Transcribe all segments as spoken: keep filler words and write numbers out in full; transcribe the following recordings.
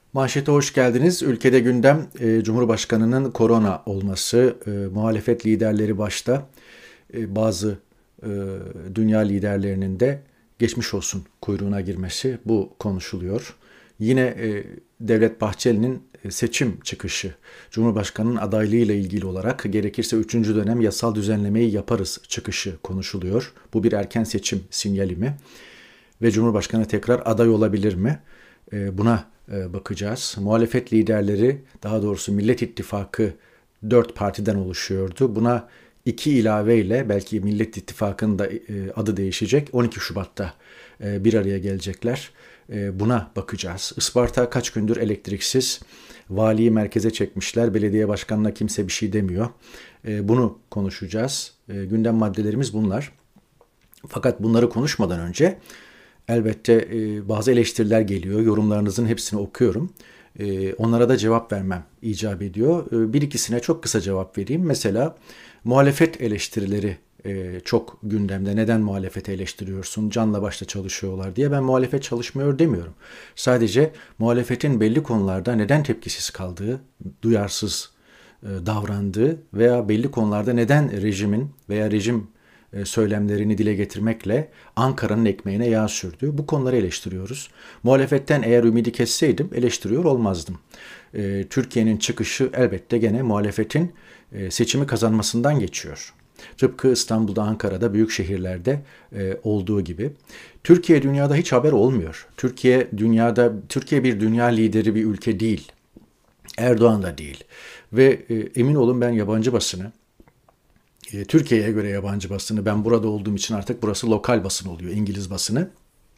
Manşete hoş geldiniz. Ülkede gündem e, Cumhurbaşkanı'nın korona olması, e, muhalefet liderleri başta e, bazı e, dünya liderlerinin de geçmiş olsun kuyruğuna girmesi bu konuşuluyor. Yine e, Devlet Bahçeli'nin e, seçim çıkışı, Cumhurbaşkanı'nın adaylığıyla ilgili olarak gerekirse üçüncü dönem yasal düzenlemeyi yaparız çıkışı konuşuluyor. Bu bir erken seçim sinyali mi? Ve Cumhurbaşkanı tekrar aday olabilir mi? E, buna e, bakacağız. Muhalefet liderleri, daha doğrusu Millet İttifakı dört partiden oluşuyordu. Buna iki ilaveyle belki Millet İttifakı'nın da e, adı değişecek. on iki Şubat'ta e, bir araya gelecekler. E, buna bakacağız. Isparta kaç gündür elektriksiz. Valiyi merkeze çekmişler. Belediye başkanına kimse bir şey demiyor. E, bunu konuşacağız. E, gündem maddelerimiz bunlar. Fakat bunları konuşmadan önce elbette e, bazı eleştiriler geliyor. Yorumlarınızın hepsini okuyorum. E, onlara da cevap vermem icap ediyor. E, bir ikisine çok kısa cevap vereyim. Mesela muhalefet eleştirileri e, çok gündemde. Neden muhalefeti eleştiriyorsun? Canla başla çalışıyorlar diye. Ben muhalefet çalışmıyor demiyorum. Sadece muhalefetin belli konularda neden tepkisiz kaldığı, duyarsız e, davrandığı veya belli konularda neden rejimin veya rejim söylemlerini dile getirmekle Ankara'nın ekmeğine yağ sürdü. Bu konuları eleştiriyoruz. Muhalefetten eğer ümidi kesseydim eleştiriyor olmazdım. Türkiye'nin çıkışı elbette gene muhalefetin seçimi kazanmasından geçiyor. Tıpkı İstanbul'da, Ankara'da, büyük şehirlerde olduğu gibi. Türkiye dünyada hiç haber olmuyor. Türkiye dünyada Türkiye bir dünya lideri bir ülke değil. Erdoğan da değil. Ve emin olun ben yabancı basını, Türkiye'ye göre yabancı basını, ben burada olduğum için artık burası lokal basın oluyor, İngiliz basını.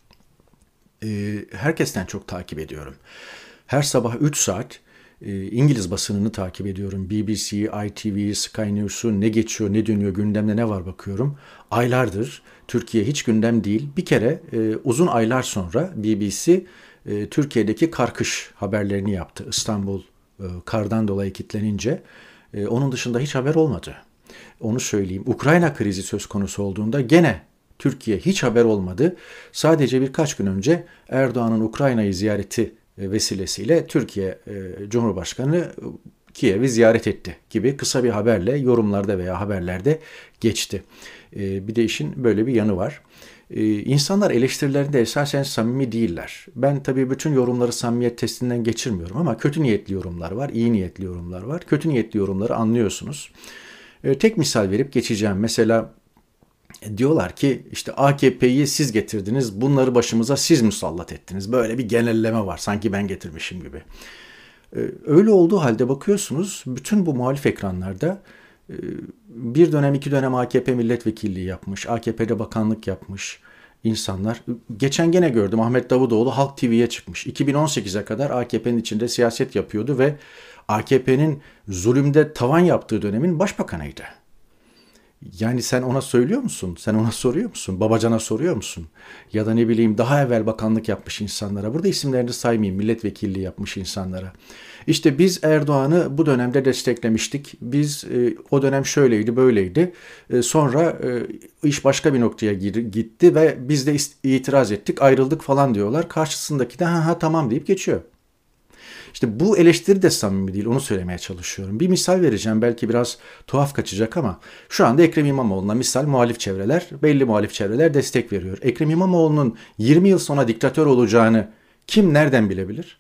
Herkesten çok takip ediyorum. Her sabah üç saat İngiliz basınını takip ediyorum. B B C, I T V, Sky News'u ne geçiyor, ne dönüyor, gündemde ne var bakıyorum. Aylardır Türkiye hiç gündem değil. Bir kere uzun aylar sonra B B C Türkiye'deki kar kış haberlerini yaptı. İstanbul kardan dolayı kilitlenince. Onun dışında hiç haber olmadı. Onu söyleyeyim. Ukrayna krizi söz konusu olduğunda gene Türkiye hiç haber olmadı. Sadece birkaç gün önce Erdoğan'ın Ukrayna'yı ziyareti vesilesiyle Türkiye Cumhurbaşkanı Kiev'i ziyaret etti gibi kısa bir haberle yorumlarda veya haberlerde geçti. Bir de işin böyle bir yanı var. İnsanlar eleştirilerinde esasen samimi değiller. Ben tabii bütün yorumları samimiyet testinden geçirmiyorum ama kötü niyetli yorumlar var, iyi niyetli yorumlar var. Kötü niyetli yorumları anlıyorsunuz. Tek misal verip geçeceğim. Mesela diyorlar ki işte A K P'yi siz getirdiniz, bunları başımıza siz musallat ettiniz. Böyle bir genelleme var, sanki ben getirmişim gibi. Öyle olduğu halde bakıyorsunuz bütün bu muhalif ekranlarda bir dönem iki dönem A K P milletvekilliği yapmış, A K P'de bakanlık yapmış insanlar. Geçen gene gördüm, Ahmet Davutoğlu Halk T V'ye çıkmış. iki bin on sekize kadar A K P'nin içinde siyaset yapıyordu ve A K P'nin zulümde tavan yaptığı dönemin başbakanıydı. Yani sen ona söylüyor musun? Sen ona soruyor musun? Babacan'a soruyor musun? Ya da ne bileyim daha evvel bakanlık yapmış insanlara. Burada isimlerini saymayayım. Milletvekilliği yapmış insanlara. İşte biz Erdoğan'ı bu dönemde desteklemiştik. Biz e, o dönem şöyleydi böyleydi. E, sonra e, iş başka bir noktaya gitti ve biz de itiraz ettik, ayrıldık falan diyorlar. Karşısındaki de ha ha tamam deyip geçiyor. İşte bu eleştiri de samimi değil, onu söylemeye çalışıyorum. Bir misal vereceğim, belki biraz tuhaf kaçacak ama şu anda Ekrem İmamoğlu'na misal muhalif çevreler, belli muhalif çevreler destek veriyor. Ekrem İmamoğlu'nun yirmi yıl sonra diktatör olacağını kim nereden bilebilir?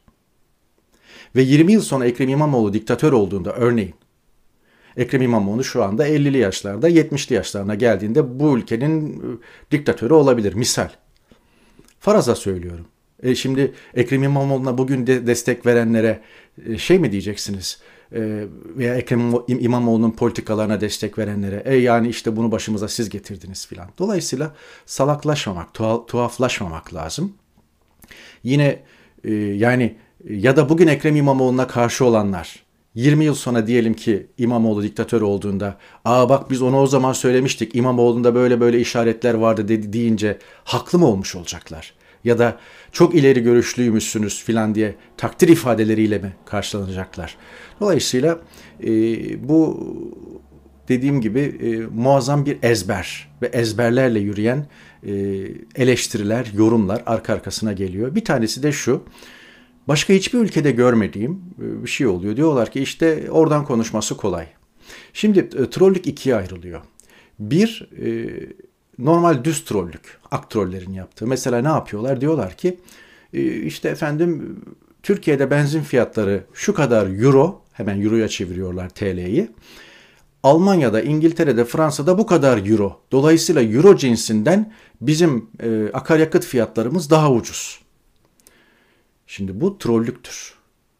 Ve yirmi yıl sonra Ekrem İmamoğlu diktatör olduğunda örneğin, Ekrem İmamoğlu şu anda ellili yaşlarda, yetmişli yaşlarına geldiğinde bu ülkenin diktatörü olabilir, misal. Faraza söylüyorum. E şimdi Ekrem İmamoğlu'na bugün de destek verenlere e, şey mi diyeceksiniz? E, veya Ekrem İmamoğlu'nun politikalarına destek verenlere e yani işte bunu başımıza siz getirdiniz filan. Dolayısıyla salaklaşmamak, tuhaf, tuhaflaşmamak lazım. Yine e, yani ya da bugün Ekrem İmamoğlu'na karşı olanlar yirmi yıl sonra diyelim ki İmamoğlu diktatör olduğunda aa bak biz onu o zaman söylemiştik, İmamoğlu'nda böyle böyle işaretler vardı dedi deyince haklı mı olmuş olacaklar? Ya da çok ileri görüşlüymüşsünüz filan diye takdir ifadeleriyle mi karşılanacaklar? Dolayısıyla e, bu dediğim gibi e, muazzam bir ezber ve ezberlerle yürüyen e, eleştiriler, yorumlar arka arkasına geliyor. Bir tanesi de şu, Başka hiçbir ülkede görmediğim bir şey oluyor. Diyorlar ki işte oradan konuşması kolay. Şimdi e, trollük ikiye ayrılıyor. Bir, e, normal düz trollük, ak trollerin yaptığı. Mesela ne yapıyorlar? Diyorlar ki e, işte efendim Türkiye'de benzin fiyatları şu kadar euro, hemen euroya çeviriyorlar T L'yi. Almanya'da, İngiltere'de, Fransa'da bu kadar euro. Dolayısıyla euro cinsinden bizim e, akaryakıt fiyatlarımız daha ucuz. Şimdi bu trollüktür.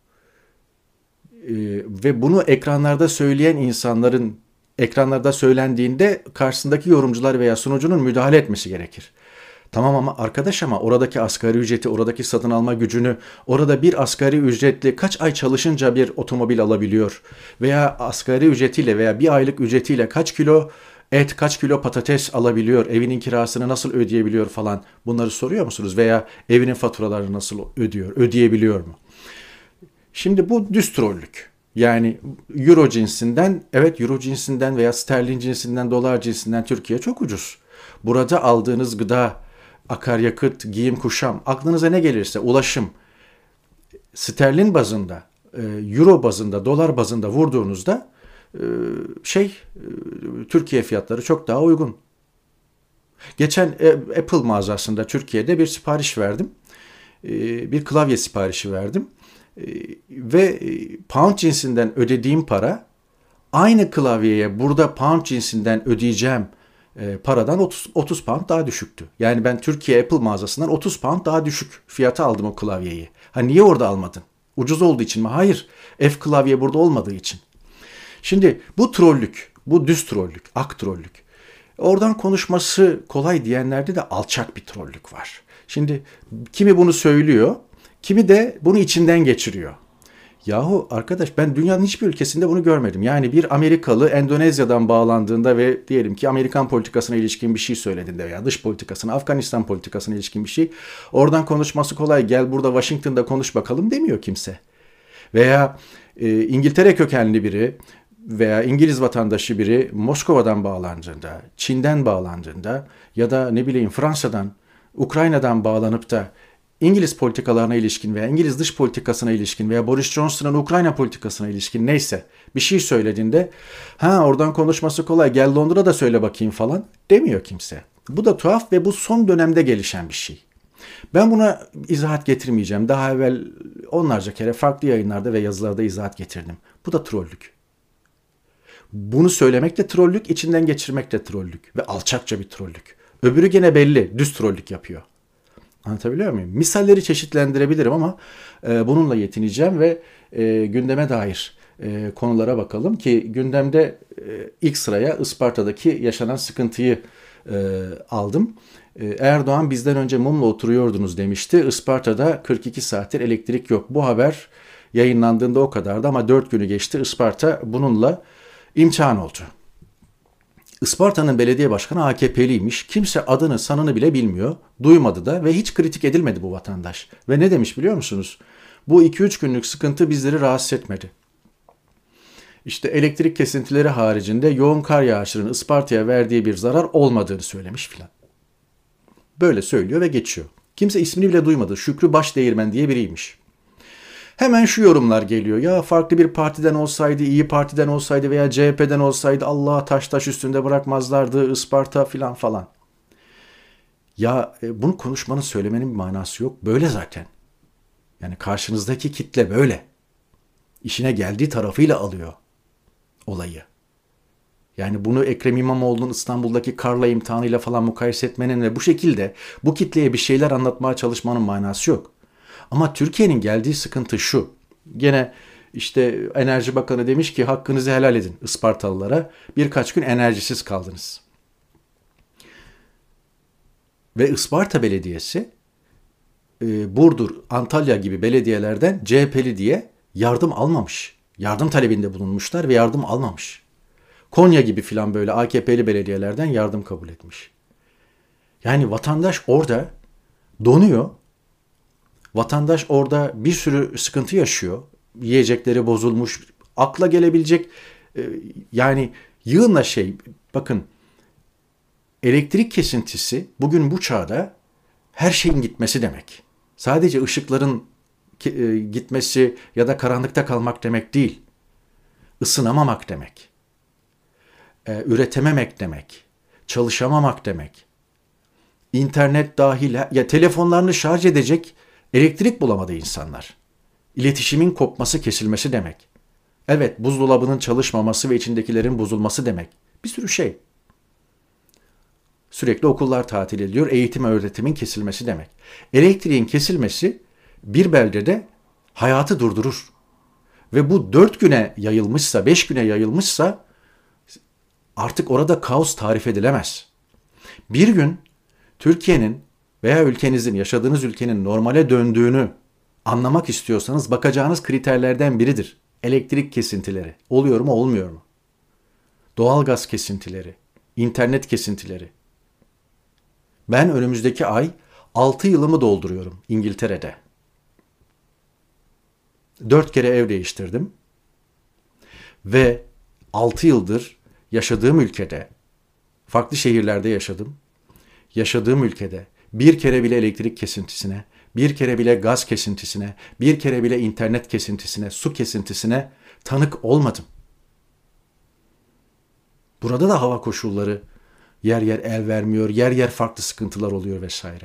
E, ve bunu ekranlarda söyleyen insanların ekranlarda söylendiğinde karşısındaki yorumcular veya sunucunun müdahale etmesi gerekir. Tamam ama arkadaş, ama oradaki asgari ücreti, oradaki satın alma gücünü, orada bir asgari ücretli kaç ay çalışınca bir otomobil alabiliyor? Veya asgari ücretiyle veya bir aylık ücretiyle kaç kilo et, kaç kilo patates alabiliyor? Evinin kirasını nasıl ödeyebiliyor falan. Bunları soruyor musunuz? Veya evinin faturalarını nasıl ödüyor, ödeyebiliyor mu? Şimdi bu düz trollük. Yani euro cinsinden, evet euro cinsinden veya sterlin cinsinden, dolar cinsinden Türkiye çok ucuz. Burada aldığınız gıda, akaryakıt, giyim, kuşam, aklınıza ne gelirse, ulaşım, sterlin bazında, euro bazında, dolar bazında vurduğunuzda şey Türkiye fiyatları çok daha uygun. Geçen Apple mağazasında Türkiye'de bir sipariş verdim. Bir klavye siparişi verdim. Ve pound cinsinden ödediğim para aynı klavyeye burada pound cinsinden ödeyeceğim paradan otuz, otuz pound daha düşüktü. Yani ben Türkiye Apple mağazasından otuz pound daha düşük fiyata aldım o klavyeyi. Ha niye orada almadın? Ucuz olduğu için mi? Hayır. F klavye burada olmadığı için. Şimdi bu trollük, bu düz trollük, ak trollük. Oradan konuşması kolay diyenlerde de alçak bir trollük var. Şimdi kimi bunu söylüyor, kimi de bunu içinden geçiriyor. Yahu arkadaş, ben dünyanın hiçbir ülkesinde bunu görmedim. Yani bir Amerikalı Endonezya'dan bağlandığında ve diyelim ki Amerikan politikasına ilişkin bir şey söylediğinde veya dış politikasına, Afganistan politikasına ilişkin bir şey, oradan konuşması kolay, gel burada Washington'da konuş bakalım demiyor kimse. Veya e, İngiltere kökenli biri veya İngiliz vatandaşı biri Moskova'dan bağlandığında, Çin'den bağlandığında ya da ne bileyim Fransa'dan, Ukrayna'dan bağlanıp da İngiliz politikalarına ilişkin veya İngiliz dış politikasına ilişkin veya Boris Johnson'ın Ukrayna politikasına ilişkin neyse bir şey söylediğinde, ha oradan konuşması kolay, gel Londra'da söyle bakayım falan demiyor kimse. Bu da tuhaf ve bu son dönemde gelişen bir şey. Ben buna izahat getirmeyeceğim. Daha evvel onlarca kere farklı yayınlarda ve yazılarda izahat getirdim. Bu da trollük. Bunu söylemek de trollük, içinden geçirmek de trollük ve alçakça bir trollük. Öbürü gene belli, düz trollük yapıyor. Anlatabiliyor muyum? Misalleri çeşitlendirebilirim ama e, bununla yetineceğim ve e, gündeme dair e, konulara bakalım ki gündemde e, ilk sıraya Isparta'daki yaşanan sıkıntıyı e, aldım. E, Erdoğan bizden önce mumla oturuyordunuz demişti. Isparta'da kırk iki saattir elektrik yok. Bu haber yayınlandığında o kadardı ama dört günü geçti. Isparta bununla imtihan oldu. Isparta'nın belediye başkanı A K P'liymiş. Kimse adını sanını bile bilmiyor. Duymadı da ve hiç kritik edilmedi bu vatandaş. Ve ne demiş biliyor musunuz? Bu iki üç günlük sıkıntı bizleri rahatsız etmedi. İşte elektrik kesintileri haricinde yoğun kar yağışının Isparta'ya verdiği bir zarar olmadığını söylemiş filan. Böyle söylüyor ve geçiyor. Kimse ismini bile duymadı. Şükrü Başdeğirmen diye biriymiş. Hemen şu yorumlar geliyor. Ya farklı bir partiden olsaydı, İyi Parti'den olsaydı veya C H P'den olsaydı Allah taş taş üstünde bırakmazlardı Isparta filan falan. Ya e, bunu konuşmanın, söylemenin bir manası yok. Böyle zaten. Yani karşınızdaki kitle böyle. İşine geldiği tarafıyla alıyor olayı. Yani bunu Ekrem İmamoğlu'nun İstanbul'daki karla imtihanıyla falan mukayese etmenin ve bu şekilde bu kitleye bir şeyler anlatmaya çalışmanın manası yok. Ama Türkiye'nin geldiği sıkıntı şu. Gene işte Enerji Bakanı demiş ki hakkınızı helal edin Ispartalılara. Birkaç gün enerjisiz kaldınız. Ve Isparta Belediyesi Burdur, Antalya gibi belediyelerden C H P'li diye yardım almamış. Yardım talebinde bulunmuşlar ve yardım almamış. Konya gibi filan böyle A K P'li belediyelerden yardım kabul etmiş. Yani vatandaş orada donuyor. Vatandaş orada bir sürü sıkıntı yaşıyor. Yiyecekleri bozulmuş. Akla gelebilecek yani yığınla şey. Bakın elektrik kesintisi bugün bu çağda her şeyin gitmesi demek. Sadece ışıkların gitmesi ya da karanlıkta kalmak demek değil. Isınamamak demek. Ee, üretememek demek. Çalışamamak demek. İnternet dahil, ya telefonlarını şarj edecek elektrik bulamadı insanlar. İletişimin kopması, kesilmesi demek. Evet, buzdolabının çalışmaması ve içindekilerin bozulması demek. Bir sürü şey. Sürekli okullar tatil ediliyor, eğitim öğretimin kesilmesi demek. Elektriğin kesilmesi bir beldede hayatı durdurur. Ve bu dört güne yayılmışsa, beş güne yayılmışsa artık orada kaos tarif edilemez. Bir gün Türkiye'nin veya ülkenizin, yaşadığınız ülkenin normale döndüğünü anlamak istiyorsanız bakacağınız kriterlerden biridir. Elektrik kesintileri. Oluyor mu, olmuyor mu? Doğalgaz kesintileri, internet kesintileri. Ben önümüzdeki ay altı yılımı dolduruyorum İngiltere'de. dört kere ev değiştirdim. Ve altı yıldır yaşadığım ülkede, farklı şehirlerde yaşadım. Yaşadığım ülkede bir kere bile elektrik kesintisine, bir kere bile gaz kesintisine, bir kere bile internet kesintisine, su kesintisine tanık olmadım. Burada da hava koşulları yer yer el vermiyor, yer yer farklı sıkıntılar oluyor vesaire.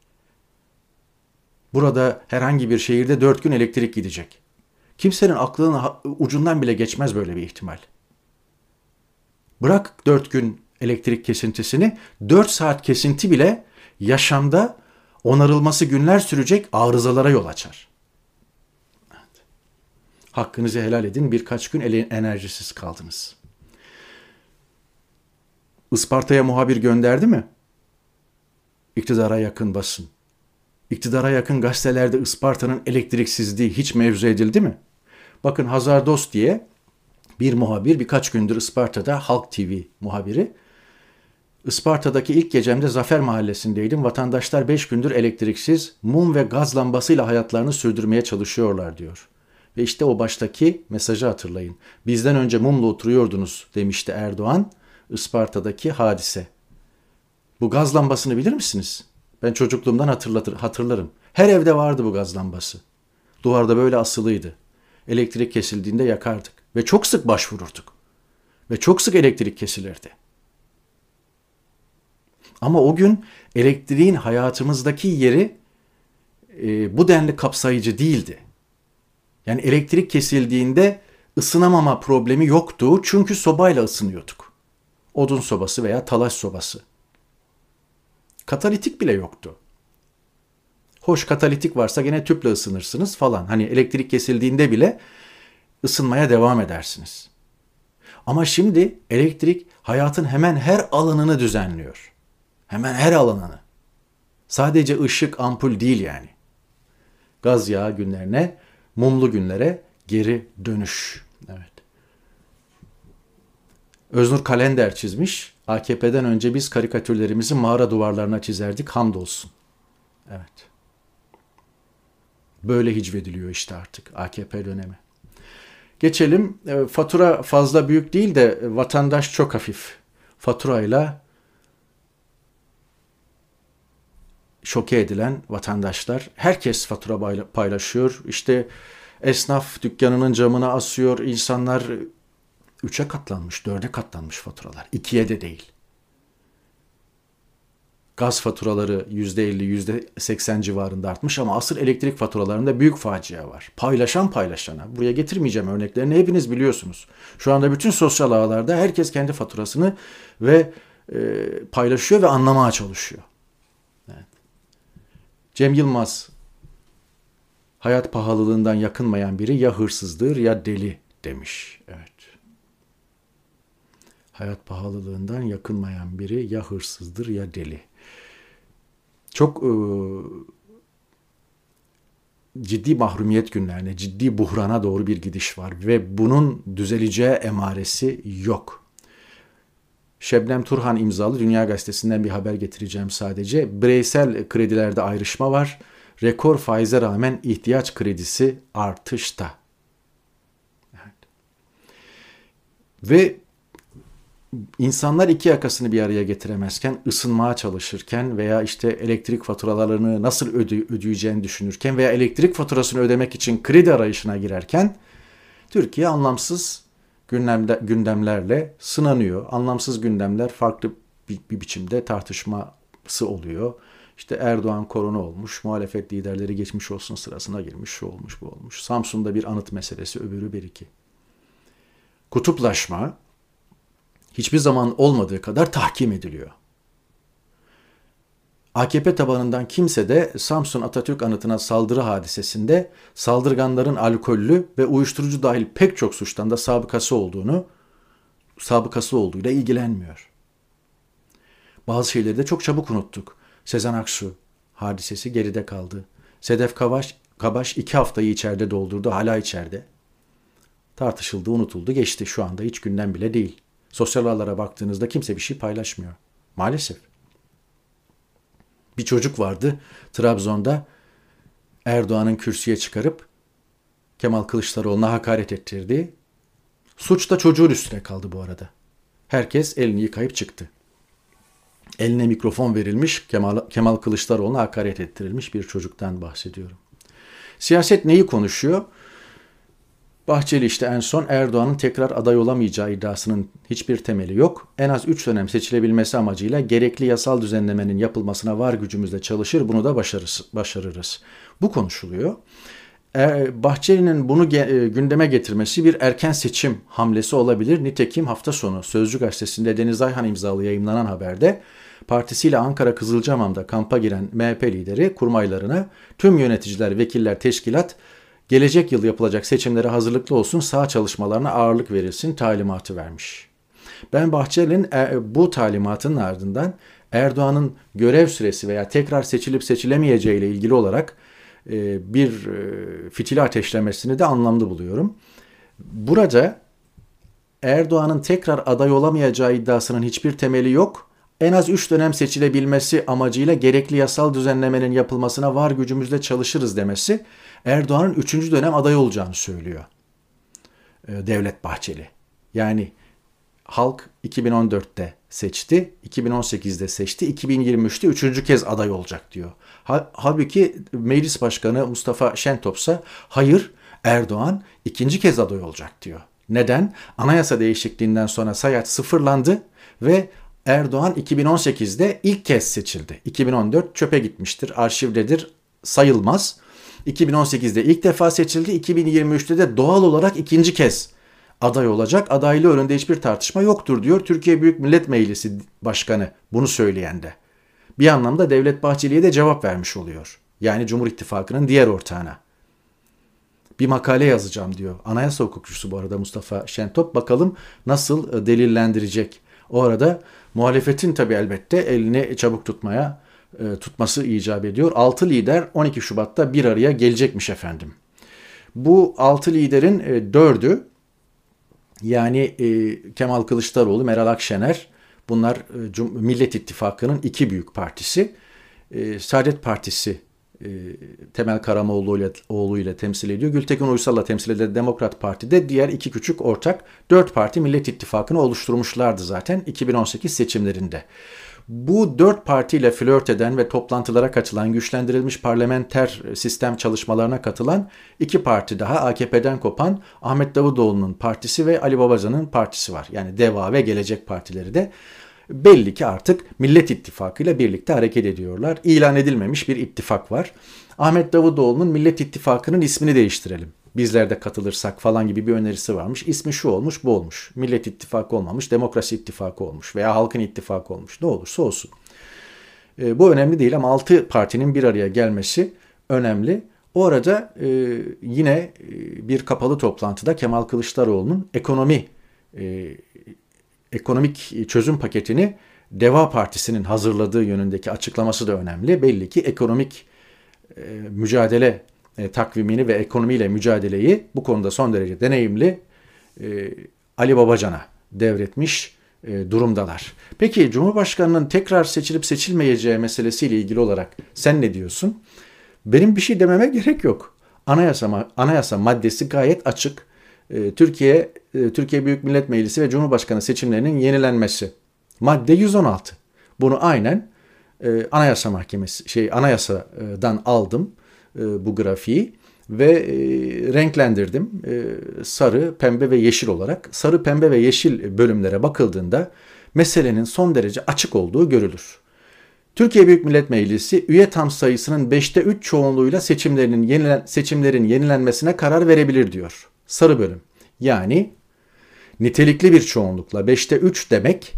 Burada herhangi bir şehirde dört gün elektrik gidecek. Kimsenin aklının ucundan bile geçmez böyle bir ihtimal. Bırak dört gün elektrik kesintisini, dört saat kesinti bile yaşamda onarılması günler sürecek arızalara yol açar. Evet. Hakkınızı helal edin, birkaç gün enerjisiz kaldınız. Isparta'ya muhabir gönderdi mi? İktidara yakın basın. İktidara yakın gazetelerde Isparta'nın elektriksizliği hiç mevzu edildi mi? Bakın Hazardos diye bir muhabir birkaç gündür Isparta'da, Halk T V muhabiri. Isparta'daki ilk gecemde Zafer Mahallesi'ndeydim. Vatandaşlar beş gündür elektriksiz, mum ve gaz lambasıyla hayatlarını sürdürmeye çalışıyorlar diyor. Ve işte o baştaki mesajı hatırlayın. Bizden önce mumla oturuyordunuz demişti Erdoğan. Isparta'daki hadise. Bu gaz lambasını bilir misiniz? Ben çocukluğumdan hatırlatır, hatırlarım. Her evde vardı bu gaz lambası. Duvarda böyle asılıydı. Elektrik kesildiğinde yakardık. Ve çok sık başvururduk. Ve çok sık elektrik kesilirdi. Ama o gün elektriğin hayatımızdaki yeri e, bu denli kapsayıcı değildi. Yani elektrik kesildiğinde ısınamama problemi yoktu. Çünkü sobayla ısınıyorduk. Odun sobası veya talaş sobası. Katalitik bile yoktu. Hoş katalitik varsa gene tüple ısınırsınız falan. Hani elektrik kesildiğinde bile ısınmaya devam edersiniz. Ama şimdi elektrik hayatın hemen her alanını düzenliyor. Hemen her alanını. Sadece ışık, ampul değil yani. Gaz yağı günlerine, mumlu günlere geri dönüş. Evet. Öznur Kalender çizmiş. A K P'den önce biz karikatürlerimizi mağara duvarlarına çizerdik. Hamdolsun. Evet. Böyle hicvediliyor işte artık A K P dönemi. Geçelim. E, fatura fazla büyük değil de vatandaş çok hafif. Faturayla şoke edilen vatandaşlar. Herkes fatura paylaşıyor. İşte esnaf dükkanının camına asıyor. İnsanlar üçe katlanmış, dörde katlanmış faturalar. İkiye de değil. Gaz faturaları yüzde elli, yüzde seksen civarında artmış ama asıl elektrik faturalarında büyük facia var. Paylaşan paylaşana. Buraya getirmeyeceğim örneklerini, hepiniz biliyorsunuz. Şu anda bütün sosyal ağlarda herkes kendi faturasını ve e, paylaşıyor ve anlamaya çalışıyor. Evet. Cem Yılmaz, hayat pahalılığından yakınmayan biri ya hırsızdır ya deli demiş. Evet. Hayat pahalılığından yakınmayan biri ya hırsızdır ya deli. Çok e, ciddi mahrumiyet günlerine, ciddi buhrana doğru bir gidiş var ve bunun düzeleceği emaresi yok. Şebnem Turhan imzalı Dünya Gazetesi'nden bir haber getireceğim sadece. Bireysel kredilerde ayrışma var. Rekor faize rağmen ihtiyaç kredisi artışta. Evet. Ve İnsanlar iki yakasını bir araya getiremezken, ısınmaya çalışırken veya işte elektrik faturalarını nasıl öde- ödeyeceğini düşünürken veya elektrik faturasını ödemek için kredi arayışına girerken Türkiye anlamsız gündemde, gündemlerle sınanıyor. Anlamsız gündemler farklı bir, bir biçimde tartışması oluyor. İşte Erdoğan korona olmuş, muhalefet liderleri geçmiş olsun sırasına girmiş, şu olmuş, bu olmuş. Samsun'da bir anıt meselesi, öbürü bir iki. Kutuplaşma hiçbir zaman olmadığı kadar tahkim ediliyor. A K P tabanından kimse de Samsun Atatürk Anıtı'na saldırı hadisesinde saldırganların alkollü ve uyuşturucu dahil pek çok suçtan da sabıkası olduğunu, sabıkası olduğuyla ilgilenmiyor. Bazı şeyleri de çok çabuk unuttuk. Sezen Aksu hadisesi geride kaldı. Sedef Kabaş, Kabaş iki haftayı içeride doldurdu, hala içeride. Tartışıldı, unutuldu, geçti. Şu anda hiç gündem bile değil. Sosyal ağlara baktığınızda kimse bir şey paylaşmıyor. Maalesef. Bir çocuk vardı Trabzon'da, Erdoğan'ın kürsüye çıkarıp Kemal Kılıçdaroğlu'na hakaret ettirdi. Suç da çocuğun üstüne kaldı bu arada. Herkes elini yıkayıp çıktı. Eline mikrofon verilmiş, Kemal, Kemal Kılıçdaroğlu'na hakaret ettirilmiş bir çocuktan bahsediyorum. Siyaset neyi konuşuyor? Bahçeli işte en son Erdoğan'ın tekrar aday olamayacağı iddiasının hiçbir temeli yok. En az üç dönem seçilebilmesi amacıyla gerekli yasal düzenlemenin yapılmasına var gücümüzle çalışır, bunu da başarırız. başarırız. Bu konuşuluyor. Bahçeli'nin bunu gündeme getirmesi bir erken seçim hamlesi olabilir. Nitekim hafta sonu Sözcü Gazetesi'nde Deniz Ayhan imzalı yayımlanan haberde partisiyle Ankara Kızılcahamam'da kampa giren M H P lideri kurmaylarına tüm yöneticiler, vekiller, teşkilat gelecek yıl yapılacak seçimlere hazırlıklı olsun, saha çalışmalarına ağırlık verilsin talimatı vermiş. Ben Bahçeli'nin bu talimatının ardından Erdoğan'ın görev süresi veya tekrar seçilip seçilemeyeceği ile ilgili olarak bir fitili ateşlemesini de anlamlı buluyorum. Burada Erdoğan'ın tekrar aday olamayacağı iddiasının hiçbir temeli yok. En az üç dönem seçilebilmesi amacıyla gerekli yasal düzenlemenin yapılmasına var gücümüzle çalışırız demesi Erdoğan'ın üçüncü dönem aday olacağını söylüyor Devlet Bahçeli. Yani halk iki bin on dörtte seçti, iki bin on sekizde seçti, iki bin yirmi üçte üçüncü kez aday olacak diyor. Halbuki Meclis Başkanı Mustafa Şentopsa hayır Erdoğan ikinci kez aday olacak diyor. Neden? Anayasa değişikliğinden sonra sayaç sıfırlandı ve Erdoğan iki bin on sekizde ilk kez seçildi. iki bin on dört çöpe gitmiştir, arşivdedir, sayılmaz. iki bin on sekizde ilk defa seçildi, iki bin yirmi üçte de doğal olarak ikinci kez aday olacak. Adaylığı önünde hiçbir tartışma yoktur diyor Türkiye Büyük Millet Meclisi Başkanı, bunu söyleyen de. Bir anlamda Devlet Bahçeli'ye de cevap vermiş oluyor. Yani Cumhur İttifakı'nın diğer ortağına. Bir makale yazacağım diyor. Anayasa hukukçusu bu arada Mustafa Şentop. Bakalım nasıl delillendirecek. O arada muhalefetin tabii elbette elini çabuk tutmaya tutması icap ediyor. altı lider on iki Şubat'ta bir araya gelecekmiş efendim. Bu altı liderin dördü yani Kemal Kılıçdaroğlu, Meral Akşener, bunlar Millet İttifakı'nın iki büyük partisi. Saadet Partisi Temel Karamoğlu ile temsil ediyor. Gültekin Uysal'la temsil edilen Demokrat Parti'de diğer iki küçük ortak dört parti Millet İttifakı'nı oluşturmuşlardı zaten iki bin on sekiz seçimlerinde. Bu dört partiyle flört eden ve toplantılara katılan, güçlendirilmiş parlamenter sistem çalışmalarına katılan iki parti daha, A K P'den kopan Ahmet Davutoğlu'nun partisi ve Ali Babacan'ın partisi var. Yani DEVA ve Gelecek Partileri de belli ki artık Millet İttifakı ile birlikte hareket ediyorlar. İlan edilmemiş bir ittifak var. Ahmet Davutoğlu'nun Millet İttifakı'nın ismini değiştirelim, bizler de katılırsak falan gibi bir önerisi varmış. İsmi şu olmuş, bu olmuş. Millet İttifakı olmamış, Demokrasi İttifakı olmuş veya Halkın İttifakı olmuş. Ne olursa olsun. E, bu önemli değil ama altı partinin bir araya gelmesi önemli. O arada e, yine bir kapalı toplantıda Kemal Kılıçdaroğlu'nun ekonomi e, ekonomik çözüm paketini Deva Partisi'nin hazırladığı yönündeki açıklaması da önemli. Belli ki ekonomik e, mücadele e, takvimini ve ekonomiyle mücadeleyi bu konuda son derece deneyimli e, Ali Babacan'a devretmiş e, durumdalar. Peki Cumhurbaşkanı'nın tekrar seçilip seçilmeyeceği meselesiyle ilgili olarak sen ne diyorsun? Benim bir şey dememe gerek yok. Anayasa, anayasa maddesi gayet açık. E, Türkiye e, Türkiye Büyük Millet Meclisi ve Cumhurbaşkanı seçimlerinin yenilenmesi. Madde yüz on altı. Bunu aynen e, Anayasa Mahkemesi şey Anayasa'dan aldım e, bu grafiği ve e, renklendirdim. E, sarı, pembe ve yeşil olarak. Sarı, pembe ve yeşil bölümlere bakıldığında meselenin son derece açık olduğu görülür. Türkiye Büyük Millet Meclisi üye tam sayısının beşte üç çoğunluğuyla seçimlerinin yenilen, seçimlerin yenilenmesine karar verebilir diyor. Sarı bölüm. Yani nitelikli bir çoğunlukla beşte üç demek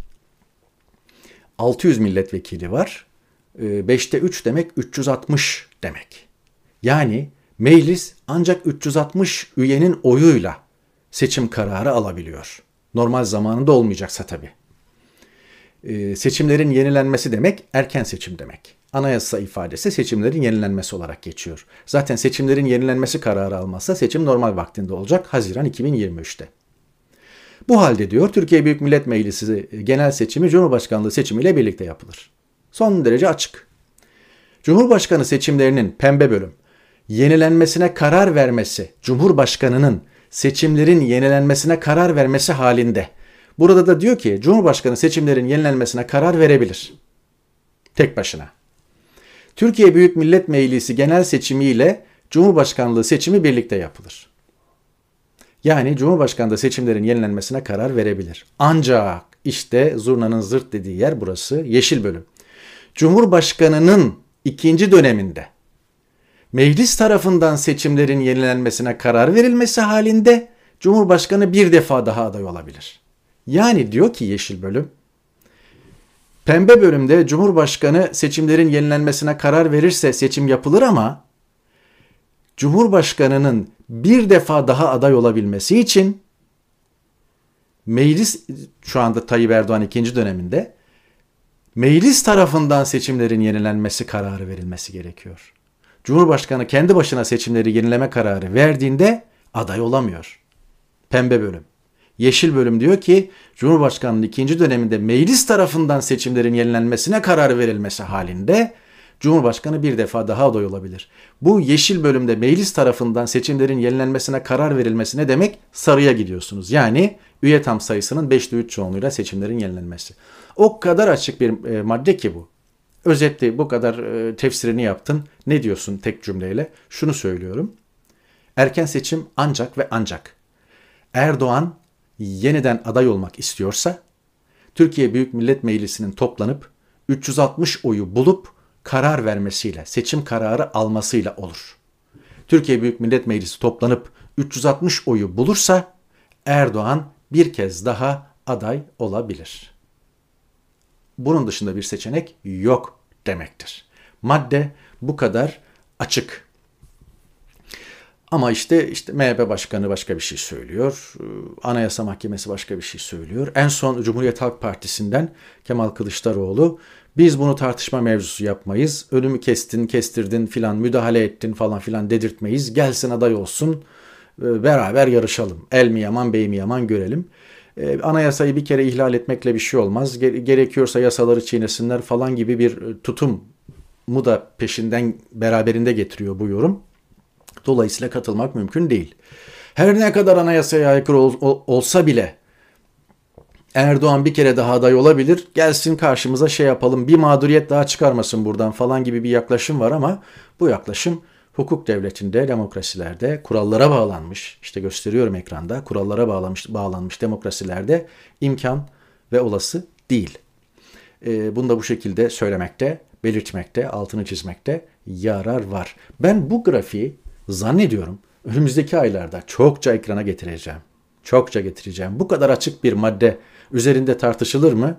altı yüz milletvekili var. beşte üç demek üç yüz altmış demek. Yani meclis ancak üç yüz altmış üyenin oyuyla seçim kararı alabiliyor. Normal zamanında olmayacaksa tabii. Ee, seçimlerin yenilenmesi demek erken seçim demek. Anayasa ifadesi seçimlerin yenilenmesi olarak geçiyor. Zaten seçimlerin yenilenmesi kararı almazsa seçim normal vaktinde olacak Haziran iki bin yirmi üçte. Bu halde diyor Türkiye Büyük Millet Meclisi genel seçimi Cumhurbaşkanlığı seçimiyle birlikte yapılır. Son derece açık. Cumhurbaşkanı seçimlerinin pembe bölüm yenilenmesine karar vermesi, Cumhurbaşkanının seçimlerin yenilenmesine karar vermesi halinde. Burada da diyor ki Cumhurbaşkanı seçimlerin yenilenmesine karar verebilir. Tek başına. Türkiye Büyük Millet Meclisi genel seçimiyle Cumhurbaşkanlığı seçimi birlikte yapılır. Yani Cumhurbaşkanı da seçimlerin yenilenmesine karar verebilir. Ancak işte zurnanın zırt dediği yer burası, yeşil bölüm. Cumhurbaşkanının ikinci döneminde meclis tarafından seçimlerin yenilenmesine karar verilmesi halinde Cumhurbaşkanı bir defa daha aday olabilir. Yani diyor ki yeşil bölüm, pembe bölümde Cumhurbaşkanı seçimlerin yenilenmesine karar verirse seçim yapılır ama Cumhurbaşkanının bir defa daha aday olabilmesi için meclis, şu anda Tayyip Erdoğan ikinci döneminde, meclis tarafından seçimlerin yenilenmesi kararı verilmesi gerekiyor. Cumhurbaşkanı kendi başına seçimleri yenileme kararı verdiğinde aday olamıyor. Pembe bölüm. Yeşil bölüm diyor ki Cumhurbaşkanı'nın ikinci döneminde meclis tarafından seçimlerin yenilenmesine karar verilmesi halinde Cumhurbaşkanı bir defa daha aday olabilir. Bu yeşil bölümde meclis tarafından seçimlerin yenilenmesine karar verilmesi ne demek? Sarıya gidiyorsunuz. Yani üye tam sayısının beşte üç çoğunluğuyla seçimlerin yenilenmesi. O kadar açık bir e, madde ki bu. Özetle bu kadar e, tefsirini yaptın. Ne diyorsun tek cümleyle? Şunu söylüyorum. Erken seçim ancak ve ancak Erdoğan yeniden aday olmak istiyorsa Türkiye Büyük Millet Meclisi'nin toplanıp üç yüz altmış oyu bulup karar vermesiyle, seçim kararı almasıyla olur. Türkiye Büyük Millet Meclisi toplanıp üç yüz altmış oyu bulursa Erdoğan bir kez daha aday olabilir. Bunun dışında bir seçenek yok demektir. Madde bu kadar açık. Ama işte işte M H P Başkanı başka bir şey söylüyor. Anayasa Mahkemesi başka bir şey söylüyor. En son Cumhuriyet Halk Partisi'nden Kemal Kılıçdaroğlu biz bunu tartışma mevzusu yapmayız. Önümü kestin, kestirdin filan, müdahale ettin falan filan dedirtmeyiz. Gelsin aday olsun, beraber yarışalım. El mi yaman, bey mi yaman görelim. Anayasayı bir kere ihlal etmekle bir şey olmaz. Gerekiyorsa yasaları çiğnesinler falan gibi bir tutum mu da peşinden beraberinde getiriyor bu yorum. Dolayısıyla katılmak mümkün değil. Her ne kadar anayasaya aykırı ol, ol, olsa bile Erdoğan bir kere daha aday olabilir. Gelsin karşımıza şey yapalım, bir mağduriyet daha çıkarmasın buradan falan gibi bir yaklaşım var ama bu yaklaşım hukuk devletinde, demokrasilerde kurallara bağlanmış, işte gösteriyorum ekranda, kurallara bağlanmış, bağlanmış demokrasilerde imkan ve olası değil. E, bunu da bu şekilde söylemekte, belirtmekte, altını çizmekte yarar var. Ben bu grafiği zannediyorum önümüzdeki aylarda çokça ekrana getireceğim. Çokça getireceğim. Bu kadar açık bir madde üzerinde tartışılır mı?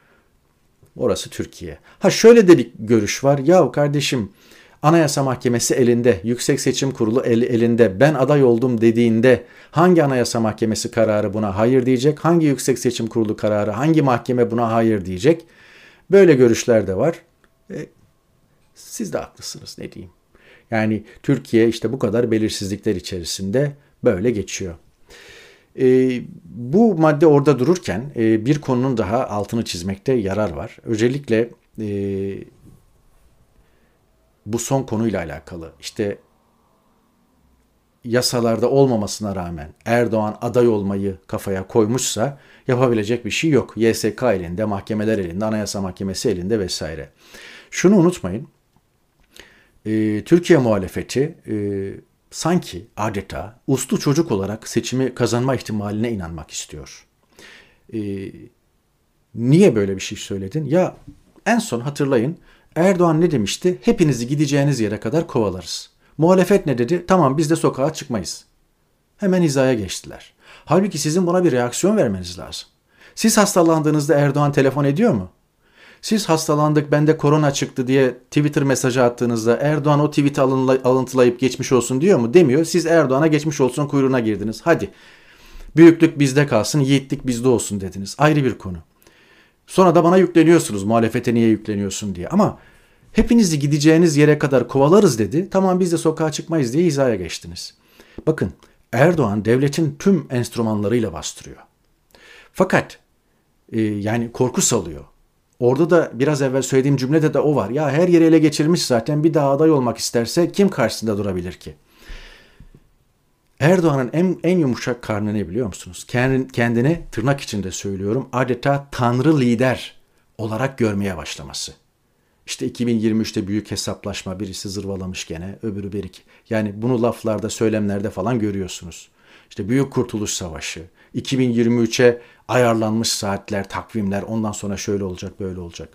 Orası Türkiye. Ha şöyle de bir görüş var. Yahu kardeşim Anayasa Mahkemesi elinde, Yüksek Seçim Kurulu el, elinde, ben aday oldum dediğinde hangi Anayasa Mahkemesi kararı buna hayır diyecek? Hangi Yüksek Seçim Kurulu kararı, hangi mahkeme buna hayır diyecek? Böyle görüşler de var. E, siz de haklısınız ne diyeyim. Yani Türkiye işte bu kadar belirsizlikler içerisinde böyle geçiyor. E, bu madde orada dururken e, bir konunun daha altını çizmekte yarar var. Özellikle e, bu son konuyla alakalı. İşte yasalarda olmamasına rağmen Erdoğan aday olmayı kafaya koymuşsa yapabilecek bir şey yok. Y S K elinde, mahkemeler elinde, Anayasa Mahkemesi elinde vesaire. Şunu unutmayın. E, Türkiye muhalefeti e, sanki adeta uslu çocuk olarak seçimi kazanma ihtimaline inanmak istiyor. E, niye böyle bir şey söyledin? Ya en son hatırlayın, Erdoğan ne demişti? Hepinizi gideceğiniz yere kadar kovalarız. Muhalefet ne dedi? Tamam, biz de sokağa çıkmayız. Hemen hizaya geçtiler. Halbuki sizin buna bir reaksiyon vermeniz lazım. Siz hastalandığınızda Erdoğan telefon ediyor mu? Siz hastalandık, bende korona çıktı diye Twitter mesajı attığınızda Erdoğan o tweet'i alıntılayıp geçmiş olsun diyor mu? Demiyor. Siz Erdoğan'a geçmiş olsun kuyruğuna girdiniz. Hadi büyüklük bizde kalsın, yiğitlik bizde olsun dediniz. Ayrı bir konu. Sonra da bana yükleniyorsunuz, muhalefete niye yükleniyorsun diye. Ama hepinizi gideceğiniz yere kadar kovalarız dedi. Tamam, biz de sokağa çıkmayız diye hizaya geçtiniz. Bakın, Erdoğan devletin tüm enstrümanlarıyla bastırıyor. Fakat e, yani korku salıyor. Orada da biraz evvel söylediğim cümlede de o var. Ya her yeri ele geçirmiş zaten, bir daha aday olmak isterse kim karşısında durabilir ki? Erdoğan'ın en, en yumuşak karnı ne biliyor musunuz? Kendini tırnak içinde söylüyorum adeta tanrı lider olarak görmeye başlaması. İşte iki bin yirmi üçte büyük hesaplaşma, birisi zırvalamış gene, öbürü berik. Yani bunu laflarda, söylemlerde falan görüyorsunuz. İşte Büyük Kurtuluş Savaşı, iki bin yirmi üçe ayarlanmış saatler, takvimler, ondan sonra şöyle olacak, böyle olacak.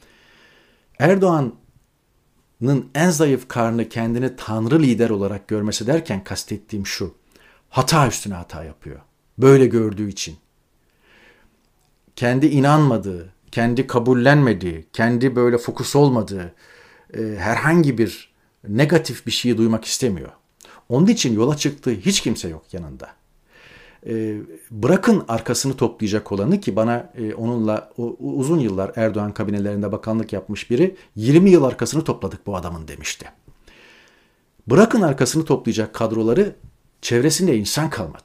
Erdoğan'ın en zayıf karnı kendini tanrı lider olarak görmesi derken kastettiğim şu: hata üstüne hata yapıyor. Böyle gördüğü için. Kendi inanmadığı, kendi kabullenmediği, kendi böyle fokus olmadığı e, herhangi bir negatif bir şeyi duymak istemiyor. Onun için yola çıktığı hiç kimse yok yanında. E, bırakın arkasını toplayacak olanı, ki bana e, onunla o, uzun yıllar Erdoğan kabinelerinde bakanlık yapmış biri yirmi yıl arkasını topladık bu adamın demişti. Bırakın arkasını toplayacak kadroları, çevresinde insan kalmadı.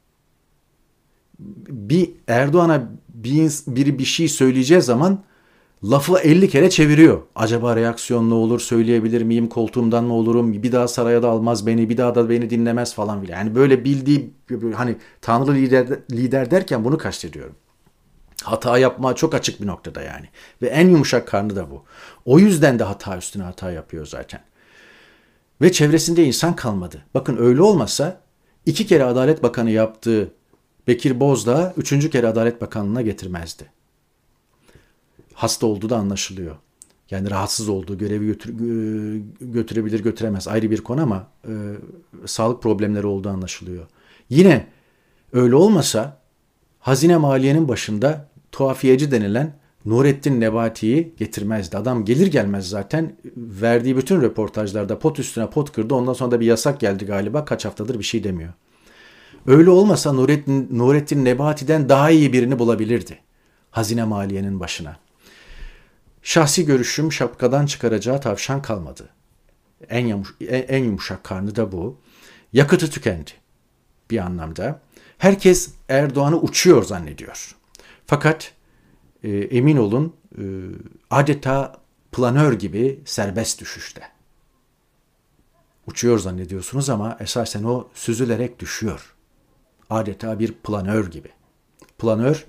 Bir Erdoğan'a bir, biri bir şey söyleyeceği zaman lafı elli kere çeviriyor. Acaba reaksiyon ne olur, söyleyebilir miyim, koltuğumdan mı olurum, bir daha saraya da almaz beni, bir daha da beni dinlemez falan bile. Yani böyle bildiği, hani tanrı lider, lider derken bunu kastediyorum. Hata yapma çok açık bir noktada yani. Ve en yumuşak karnı da bu. O yüzden de hata üstüne hata yapıyor zaten. Ve çevresinde insan kalmadı. Bakın, öyle olmasa iki kere Adalet Bakanı yaptığı Bekir Bozdağ üçüncü kere Adalet Bakanlığı'na getirmezdi. Hasta olduğu da anlaşılıyor. Yani rahatsız olduğu, görevi götür, götürebilir götüremez ayrı bir konu, ama e, sağlık problemleri olduğu anlaşılıyor. Yine öyle olmasa Hazine Maliye'nin başında tuhafiyeci denilen Nurettin Nebati'yi getirmezdi. Adam gelir gelmez zaten verdiği bütün röportajlarda pot üstüne pot kırdı. Ondan sonra da bir yasak geldi galiba. Kaç haftadır bir şey demiyor. Öyle olmasa Nurettin, Nurettin Nebati'den daha iyi birini bulabilirdi Hazine Maliye'nin başına. Şahsi görüşüm, şapkadan çıkaracağı tavşan kalmadı. En, yumuş, en, en yumuşak karnı da bu. Yakıtı tükendi bir anlamda. Herkes Erdoğan'ı uçuyor zannediyor. Fakat e, emin olun e, adeta planör gibi serbest düşüşte. Uçuyor zannediyorsunuz ama esasen o süzülerek düşüyor. Adeta bir planör gibi. Planör,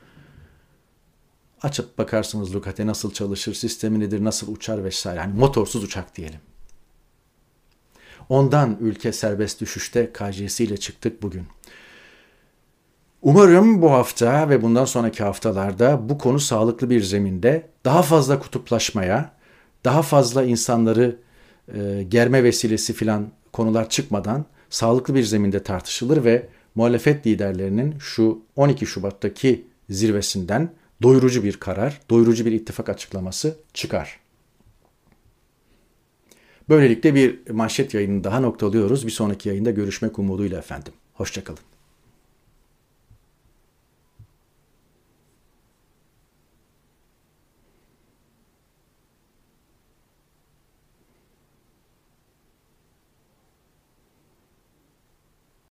açıp bakarsınız Lukat'e nasıl çalışır, sistemi nedir, nasıl uçar vesaire. Hani motorsuz uçak diyelim. Ondan ülke serbest düşüşte K C'siyle çıktık bugün. Umarım bu hafta ve bundan sonraki haftalarda bu konu sağlıklı bir zeminde daha fazla kutuplaşmaya, daha fazla insanları e, germe vesilesi filan konular çıkmadan sağlıklı bir zeminde tartışılır ve muhalefet liderlerinin şu on iki Şubat'taki zirvesinden doyurucu bir karar, doyurucu bir ittifak açıklaması çıkar. Böylelikle bir manşet yayını daha noktalıyoruz. Bir sonraki yayında görüşmek umuduyla efendim. Hoşça kalın.